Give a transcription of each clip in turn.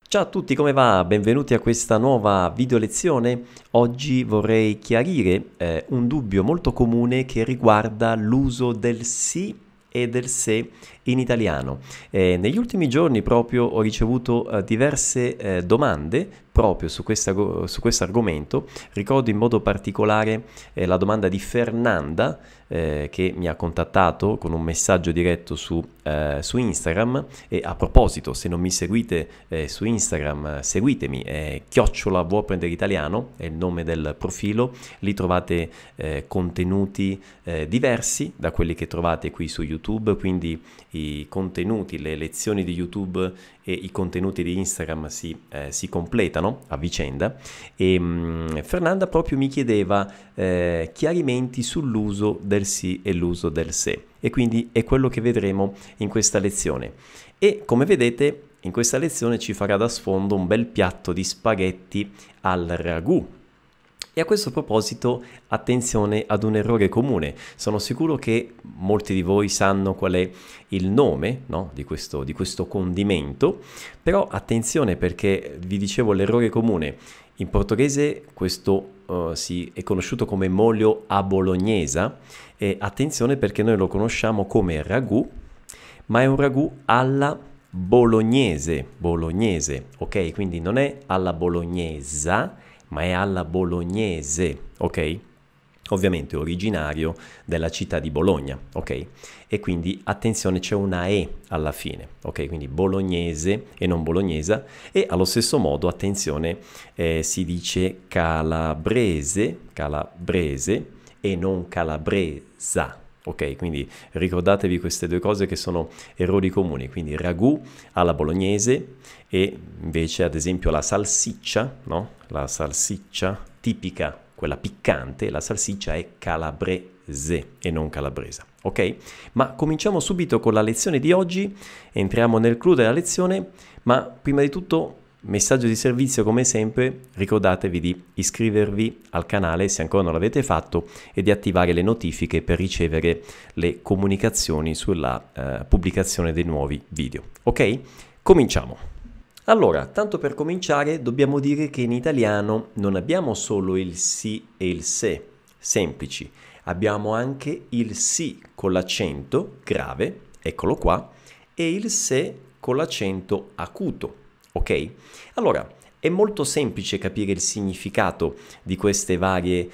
Ciao a tutti, come va? Benvenuti a questa nuova video lezione. Oggi vorrei chiarire un dubbio molto comune che riguarda l'uso del sì e del se in italiano. Negli ultimi giorni proprio ho ricevuto diverse domande proprio su questo argomento. Ricordo in modo particolare la domanda di Fernanda che mi ha contattato con un messaggio diretto su Instagram. E a proposito, se non mi seguite su Instagram, seguitemi, chiocciola vuoi prendere italiano, è il nome del profilo. Lì trovate contenuti diversi da quelli che trovate qui su YouTube, quindi i contenuti, le lezioni di YouTube e i contenuti di Instagram si completano a vicenda. E Fernanda proprio mi chiedeva chiarimenti sull'uso del sì e l'uso del se, e quindi è quello che vedremo in questa lezione. E come vedete, in questa lezione ci farà da sfondo un bel piatto di spaghetti al ragù. E a questo proposito, attenzione ad un errore comune. Sono sicuro che molti di voi sanno qual è il nome, no, di questo condimento, però attenzione, perché vi dicevo l'errore comune. In portoghese questo è conosciuto come molho à bolognosa, e attenzione perché noi lo conosciamo come ragù, ma è un ragù alla bolognese, ok? Quindi non è alla bolognesa, ma è alla bolognese, ok? Ovviamente originario della città di Bologna, ok? E quindi attenzione, c'è una E alla fine, ok? Quindi bolognese e non bolognesa. E allo stesso modo, attenzione, si dice calabrese e non calabresa. Ok, quindi ricordatevi queste due cose che sono errori comuni, quindi ragù alla bolognese e invece ad esempio la salsiccia, no? La salsiccia tipica, quella piccante, la salsiccia è calabrese e non calabresa, ok? Ma cominciamo subito con la lezione di oggi, entriamo nel clou della lezione, ma prima di tutto messaggio di servizio come sempre, ricordatevi di iscrivervi al canale se ancora non l'avete fatto e di attivare le notifiche per ricevere le comunicazioni sulla pubblicazione dei nuovi video. Ok? Cominciamo. Allora, tanto per cominciare dobbiamo dire che in italiano non abbiamo solo il sì e il se, semplici, abbiamo anche il sì con l'accento grave, eccolo qua, e il se con l'accento acuto. Ok? Allora, è molto semplice capire il significato di queste varie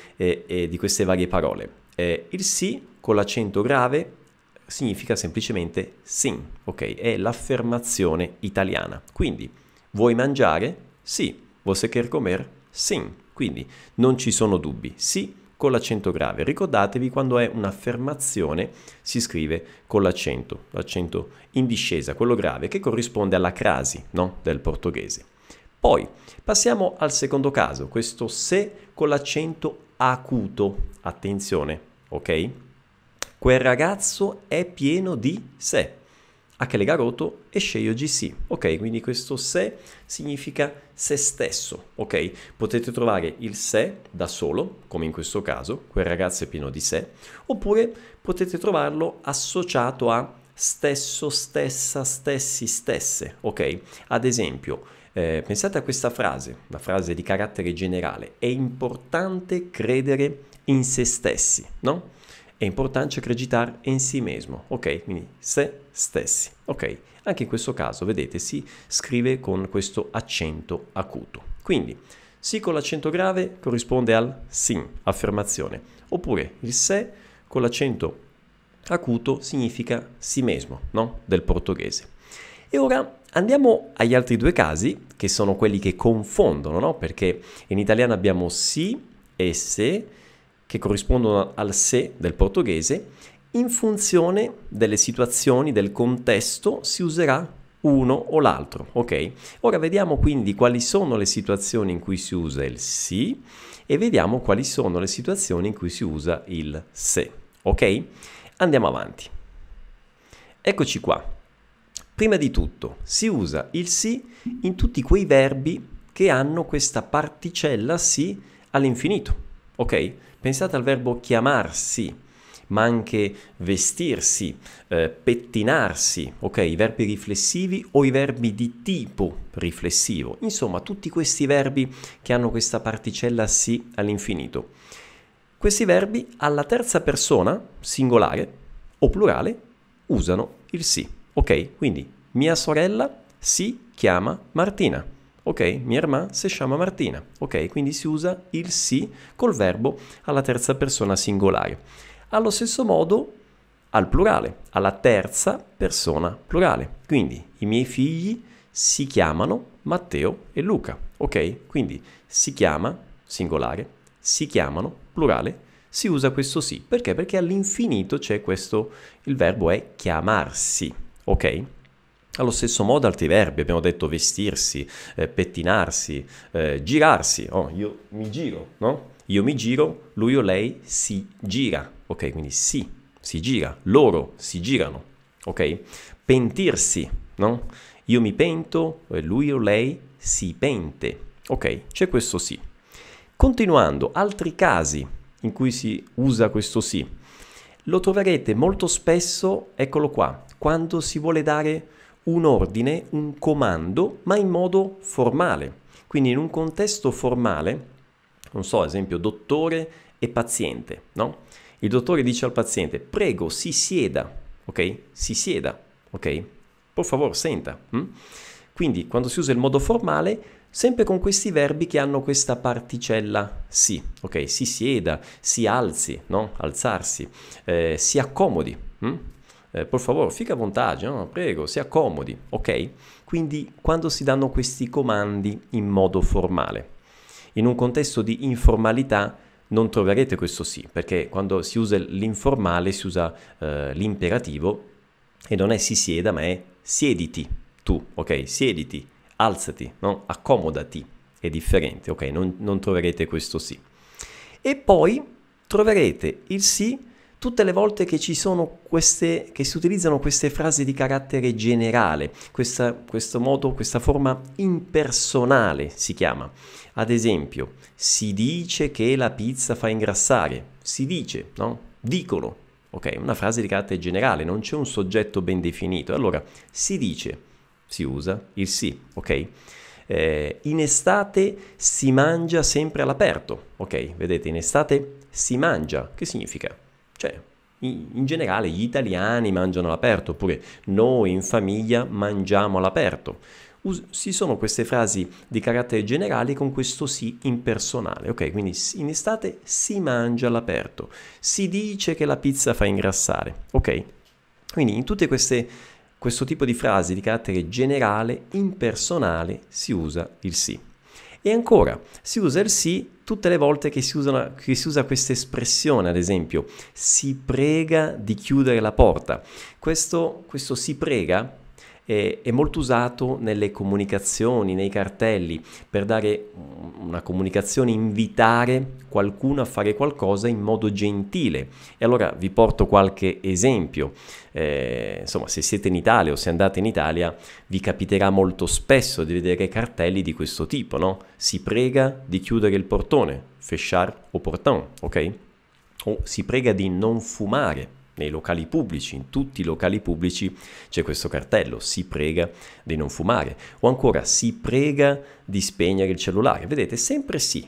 parole. Il sì con l'accento grave significa semplicemente sin, ok? È l'affermazione italiana. Quindi, vuoi mangiare? Sì. Você quer comer? Sim. Quindi non ci sono dubbi. Sì con l'accento grave. Ricordatevi, quando è un'affermazione si scrive con l'accento in discesa, quello grave, che corrisponde alla crasi, no? Del portoghese. Poi passiamo al secondo caso, questo se con l'accento acuto. Attenzione, ok? Quel ragazzo è pieno di sé. Aquele garoto è cheio di sì. Ok, quindi questo se significa se stesso, ok? Potete trovare il se da solo, come in questo caso, quel ragazzo è pieno di sé, oppure potete trovarlo associato a stesso, stessa, stessi, stesse, ok? Ad esempio, pensate a questa frase, una frase di carattere generale: è importante credere in se stessi, no? È importante acreditar in si mesmo, ok? Quindi se stessi, ok? Anche in questo caso, vedete, si scrive con questo accento acuto. Quindi, sì con l'accento grave corrisponde al sin, affermazione, oppure il se con l'accento acuto significa si mesmo, no? Del portoghese. E ora andiamo agli altri due casi, che sono quelli che confondono, no? Perché in italiano abbiamo sì e se, che corrispondono al se del portoghese. In funzione delle situazioni, del contesto, si userà uno o l'altro, ok? Ora vediamo quindi quali sono le situazioni in cui si usa il sì e vediamo quali sono le situazioni in cui si usa il se, ok? Andiamo avanti. Eccoci qua. Prima di tutto, si usa il sì in tutti quei verbi che hanno questa particella sì all'infinito, ok? Pensate al verbo chiamarsi. ma anche vestirsi, pettinarsi, ok? I verbi riflessivi o i verbi di tipo riflessivo. Insomma, tutti questi verbi che hanno questa particella si all'infinito. Questi verbi alla terza persona, singolare o plurale, usano il si, ok? Quindi mia sorella si chiama Martina. Ok, mi hermana se chiama Martina. Ok, quindi si usa il si col verbo alla terza persona singolare. Allo stesso modo al plurale, alla terza persona plurale. Quindi i miei figli si chiamano Matteo e Luca. Ok, quindi si chiama singolare, si chiamano plurale, si usa questo si. Perché? Perché all'infinito c'è questo, il verbo è chiamarsi. Ok? Allo stesso modo altri verbi, abbiamo detto vestirsi, pettinarsi, girarsi. Oh, io mi giro, no? Io mi giro, lui o lei si gira. Ok, quindi si gira. Loro si girano. Ok? Pentirsi, no? Io mi pento, lui o lei si pente. Ok, c'è questo sì. Continuando, altri casi in cui si usa questo sì. Lo troverete molto spesso, eccolo qua, quando si vuole dare un ordine, un comando, ma in modo formale. Quindi in un contesto formale, non so, ad esempio dottore e paziente, no? Il dottore dice al paziente, prego, si sieda, ok? Si sieda, ok? Per favore, senta. Quindi quando si usa il modo formale, sempre con questi verbi che hanno questa particella si, ok? Si sieda, si alzi, no? Alzarsi, si accomodi, per favore, fica a vontade, no? Prego, si accomodi, ok? Quindi quando si danno questi comandi in modo formale. In un contesto di informalità non troverete questo sì, perché quando si usa l'informale si usa l'imperativo e non è si sieda, ma è siediti tu, ok? Siediti, alzati, no? Accomodati, è differente, ok? Non troverete questo sì. E poi troverete il sì tutte le volte che ci sono queste, che si utilizzano queste frasi di carattere generale, questo modo, questa forma impersonale si chiama. Ad esempio, si dice che la pizza fa ingrassare. Si dice, no? Dicono. Ok, una frase di carattere generale, non c'è un soggetto ben definito. Allora, si dice, si usa il sì, ok? In estate si mangia sempre all'aperto, ok? Vedete, in estate si mangia, che significa? Cioè, in generale gli italiani mangiano all'aperto, oppure noi in famiglia mangiamo all'aperto. Ci sono queste frasi di carattere generale con questo sì impersonale, ok? Quindi in estate si mangia all'aperto, si dice che la pizza fa ingrassare, ok? Quindi in tutte questo tipo di frasi di carattere generale, impersonale, si usa il sì. E ancora, si usa il sì tutte le volte che si usa questa espressione, ad esempio, si prega di chiudere la porta. Questo si prega è molto usato nelle comunicazioni, nei cartelli, per dare una comunicazione, invitare qualcuno a fare qualcosa in modo gentile. E allora vi porto qualche esempio. Insomma, se siete in Italia o se andate in Italia, vi capiterà molto spesso di vedere cartelli di questo tipo, no? Si prega di chiudere il portone, fechar o portão, ok? O si prega di non fumare. Nei locali pubblici, in tutti i locali pubblici c'è questo cartello, si prega di non fumare, o ancora si prega di spegnere il cellulare. Vedete, sempre sì,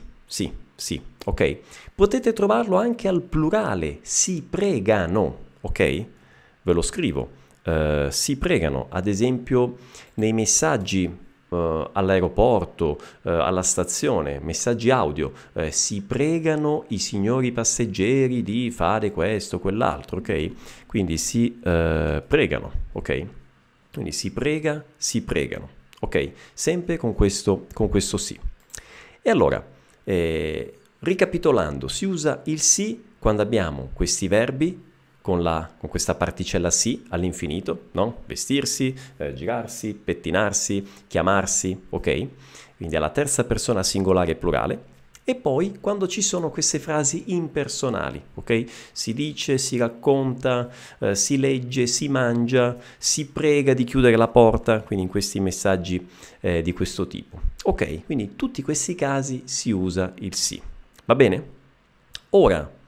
ok? Potete trovarlo anche al plurale, si pregano, ok? Ve lo scrivo, si pregano, ad esempio nei messaggi all'aeroporto, alla stazione, messaggi audio, si pregano i signori passeggeri di fare questo, quell'altro, ok? Quindi si pregano, ok? Quindi si prega, si pregano, ok? Sempre con questo sì. E allora, ricapitolando, si usa il sì quando abbiamo questi verbi con questa particella sì all'infinito, no? Vestirsi, girarsi, pettinarsi, chiamarsi, ok? Quindi alla terza persona singolare e plurale. E poi quando ci sono queste frasi impersonali, ok? Si dice, si racconta, si legge, si mangia, si prega di chiudere la porta, quindi in questi messaggi di questo tipo. Ok, quindi in tutti questi casi si usa il sì. Va bene? Ora,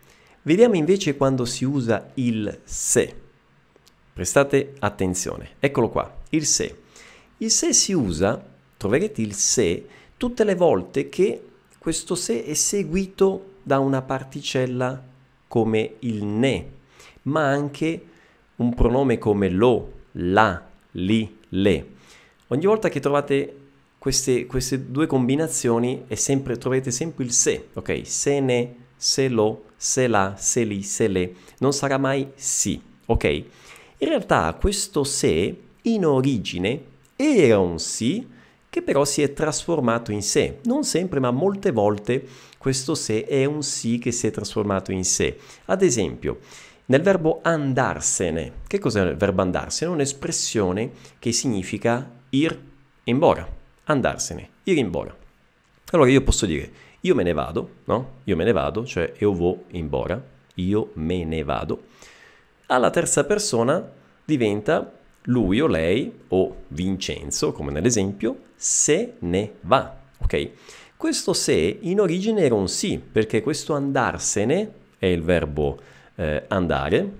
Vediamo invece quando si usa il se. Prestate attenzione, eccolo qua, il se. Il se si usa, troverete il se, tutte le volte che questo se è seguito da una particella come il ne, ma anche un pronome come lo, la, li, le. Ogni volta che trovate queste due combinazioni troverete sempre il se, ok? Se ne, se lo, se la, se li, se le, non sarà mai si, ok? In realtà questo se in origine era un si che però si è trasformato in se. Non sempre, ma molte volte questo se è un si che si è trasformato in se. Ad esempio, nel verbo andarsene. Che cos'è il verbo andarsene? È un'espressione che significa ir embora. Andarsene, ir embora. Allora io posso dire io me ne vado, no? Io me ne vado, cioè eu vou embora, io me ne vado. Alla terza persona diventa lui o lei o Vincenzo, come nell'esempio, se ne va, ok? Questo se in origine era un sì, perché questo andarsene è il verbo andare,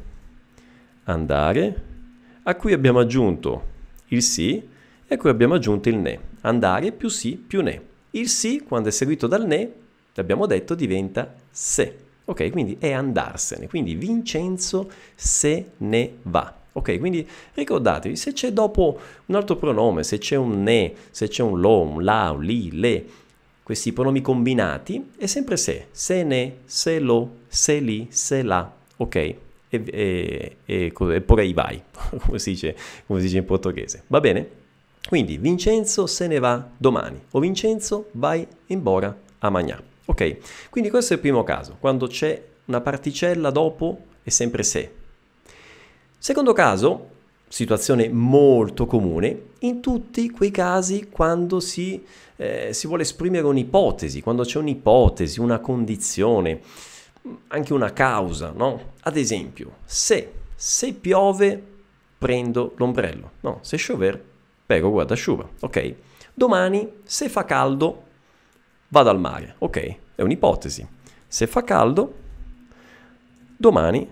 a cui abbiamo aggiunto il sì e a cui abbiamo aggiunto il ne. Andare più sì più ne. Il sì, quando è seguito dal ne, l'abbiamo detto, diventa se. Ok, quindi è andarsene. Quindi Vincenzo se ne va. Ok, quindi ricordatevi, se c'è dopo un altro pronome, se c'è un ne, se c'è un lo, un la, un li, le, questi pronomi combinati, è sempre se. Se ne, se lo, se li, se la. Ok? E por aí vai, come si dice in portoghese. Va bene? Quindi Vincenzo se ne va domani o Vincenzo vai embora amanhã. Ok? Quindi questo è il primo caso, quando c'è una particella dopo è sempre se. Secondo caso, situazione molto comune, in tutti quei casi quando si vuole esprimere un'ipotesi, quando c'è un'ipotesi, una condizione, anche una causa, no? Ad esempio, se piove prendo l'ombrello, no? Se chover pego guarda-chuva, ok? Domani se fa caldo vado al mare, ok? È un'ipotesi. Se fa caldo domani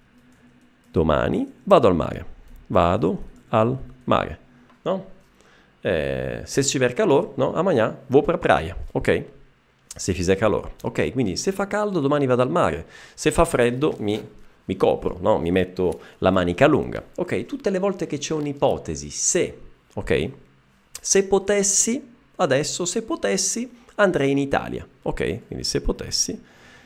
vado al mare, no? Se tiver calor, no? Amanhã vou pra praia, ok? Se fizer calor, ok? Quindi se fa caldo domani vado al mare, se fa freddo mi copro, no? Mi metto la manica lunga, ok? Tutte le volte che c'è un'ipotesi, se, ok? Se potessi, adesso se potessi andrei in Italia, ok? Quindi se potessi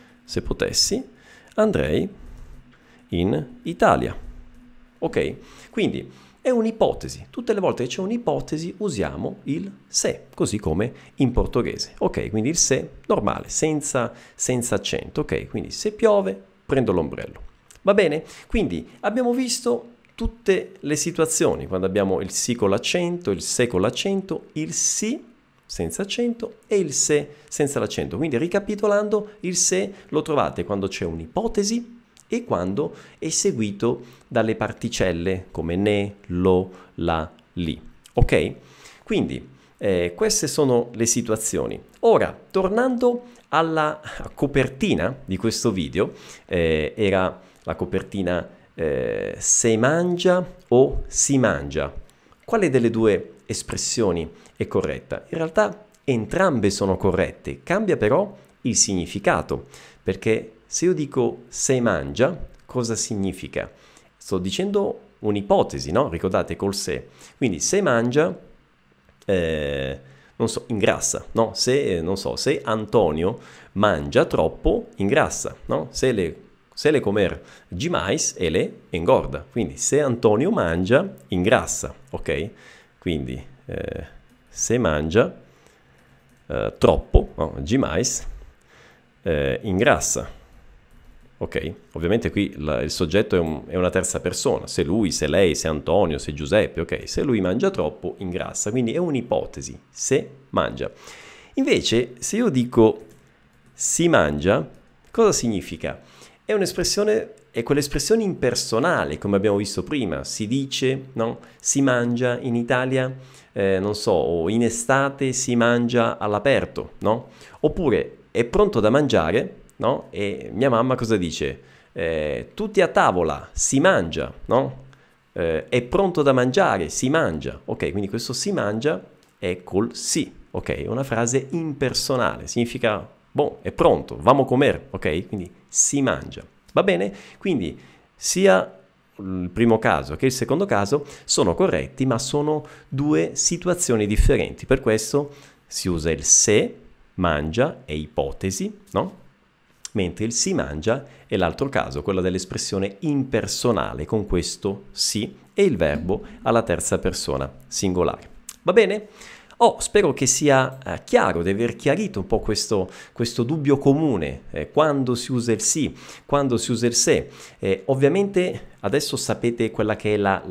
andrei in Italia, ok? Quindi è un'ipotesi. Tutte le volte che c'è un'ipotesi usiamo il se, così come in portoghese. Ok, quindi il se normale, senza accento. Ok, quindi se piove prendo l'ombrello. Va bene? Quindi abbiamo visto tutte le situazioni, quando abbiamo il sì con l'accento, il se con l'accento, il sì senza accento e il se senza l'accento. Quindi ricapitolando, il se lo trovate quando c'è un'ipotesi e quando è seguito dalle particelle come ne, lo, la, li. Ok? Quindi queste sono le situazioni. Ora, tornando alla copertina di questo video, era la copertina se mangia o si mangia. Quale delle due espressioni è corretta? In realtà entrambe sono corrette, cambia però il significato, perché se io dico se mangia, cosa significa? Sto dicendo un'ipotesi, no? Ricordate col se. Quindi se mangia, non so, ingrassa, no? Se Antonio mangia troppo, ingrassa, no? Se le comer demais, ele engorda. Quindi se Antonio mangia, ingrassa, ok? Quindi se mangia troppo, no? Demais, ingrassa. Ok? Ovviamente qui il soggetto è una terza persona, se lui, se lei, se Antonio, se Giuseppe, ok? Se lui mangia troppo, ingrassa, quindi è un'ipotesi, se mangia. Invece, se io dico si mangia, cosa significa? È un'espressione, è quell'espressione impersonale, come abbiamo visto prima, si dice, no? Si mangia in Italia, non so, o in estate si mangia all'aperto, no? Oppure è pronto da mangiare, no? E mia mamma cosa dice? Tutti a tavola, si mangia, no? È pronto da mangiare, si mangia. Ok, quindi questo si mangia è col si, ok? È una frase impersonale, significa, boh, è pronto, vamo a comer, ok? Quindi si mangia. Va bene? Quindi sia il primo caso che il secondo caso sono corretti, ma sono due situazioni differenti. Per questo si usa il se, mangia, è ipotesi, no? Mentre il si mangia è l'altro caso, quello dell'espressione impersonale con questo si e il verbo alla terza persona singolare. Va bene? Spero che sia chiaro, di aver chiarito un po' questo dubbio comune, quando si usa il sì, quando si usa il se. Ovviamente adesso sapete quella che è la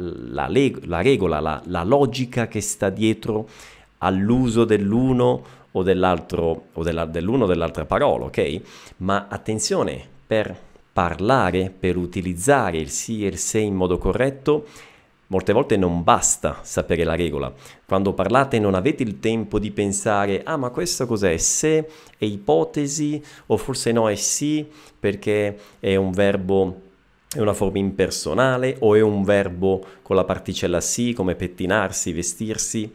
regola, la logica che sta dietro all'uso dell'uno o dell'altro, o dell'uno o dell'altra parola, ok? Ma attenzione, per parlare, per utilizzare il sì e il se in modo corretto, molte volte non basta sapere la regola. Quando parlate non avete il tempo di pensare, ah, ma questo cos'è? Se è ipotesi o forse no, è sì perché è un verbo, è una forma impersonale o è un verbo con la particella sì, come pettinarsi, vestirsi.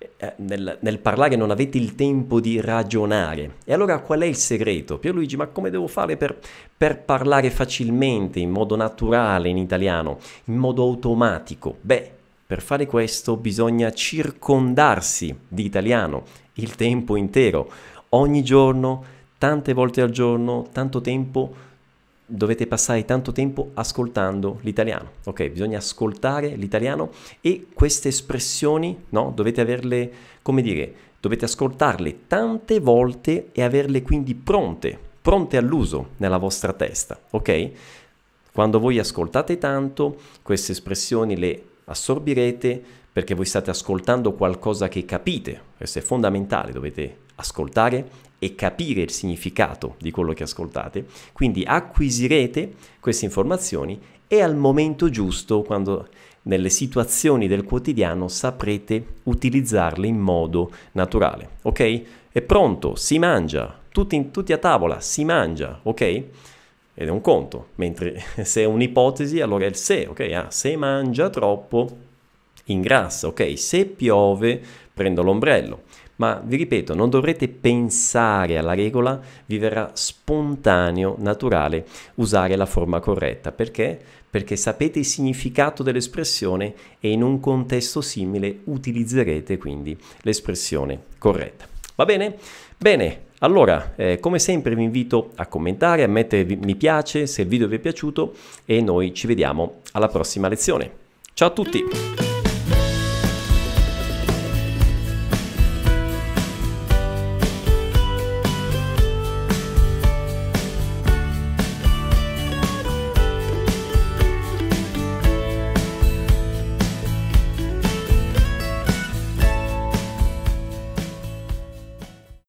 Nel parlare non avete il tempo di ragionare. E allora qual è il segreto? Pierluigi, ma come devo fare per parlare facilmente, in modo naturale in italiano, in modo automatico? Beh, per fare questo bisogna circondarsi di italiano il tempo intero, ogni giorno, tante volte al giorno, tanto tempo. Dovete passare tanto tempo ascoltando l'italiano, ok? Bisogna ascoltare l'italiano e queste espressioni, no? Dovete averle, come dire, dovete ascoltarle tante volte e averle quindi pronte all'uso nella vostra testa, ok? Quando voi ascoltate tanto, queste espressioni le assorbirete perché voi state ascoltando qualcosa che capite, questo è fondamentale, dovete ascoltare e capire il significato di quello che ascoltate, quindi acquisirete queste informazioni e al momento giusto, quando nelle situazioni del quotidiano, saprete utilizzarle in modo naturale, ok? È pronto, si mangia, tutti a tavola, si mangia, ok? Ed è un conto, mentre se è un'ipotesi allora è il se, ok? Se mangia troppo ingrassa, ok? Se piove prendo l'ombrello. Ma vi ripeto, non dovrete pensare alla regola, vi verrà spontaneo, naturale usare la forma corretta. Perché? Perché sapete il significato dell'espressione e in un contesto simile utilizzerete quindi l'espressione corretta. Va bene? Bene, allora come sempre vi invito a commentare, a mettere mi piace se il video vi è piaciuto e noi ci vediamo alla prossima lezione. Ciao a tutti!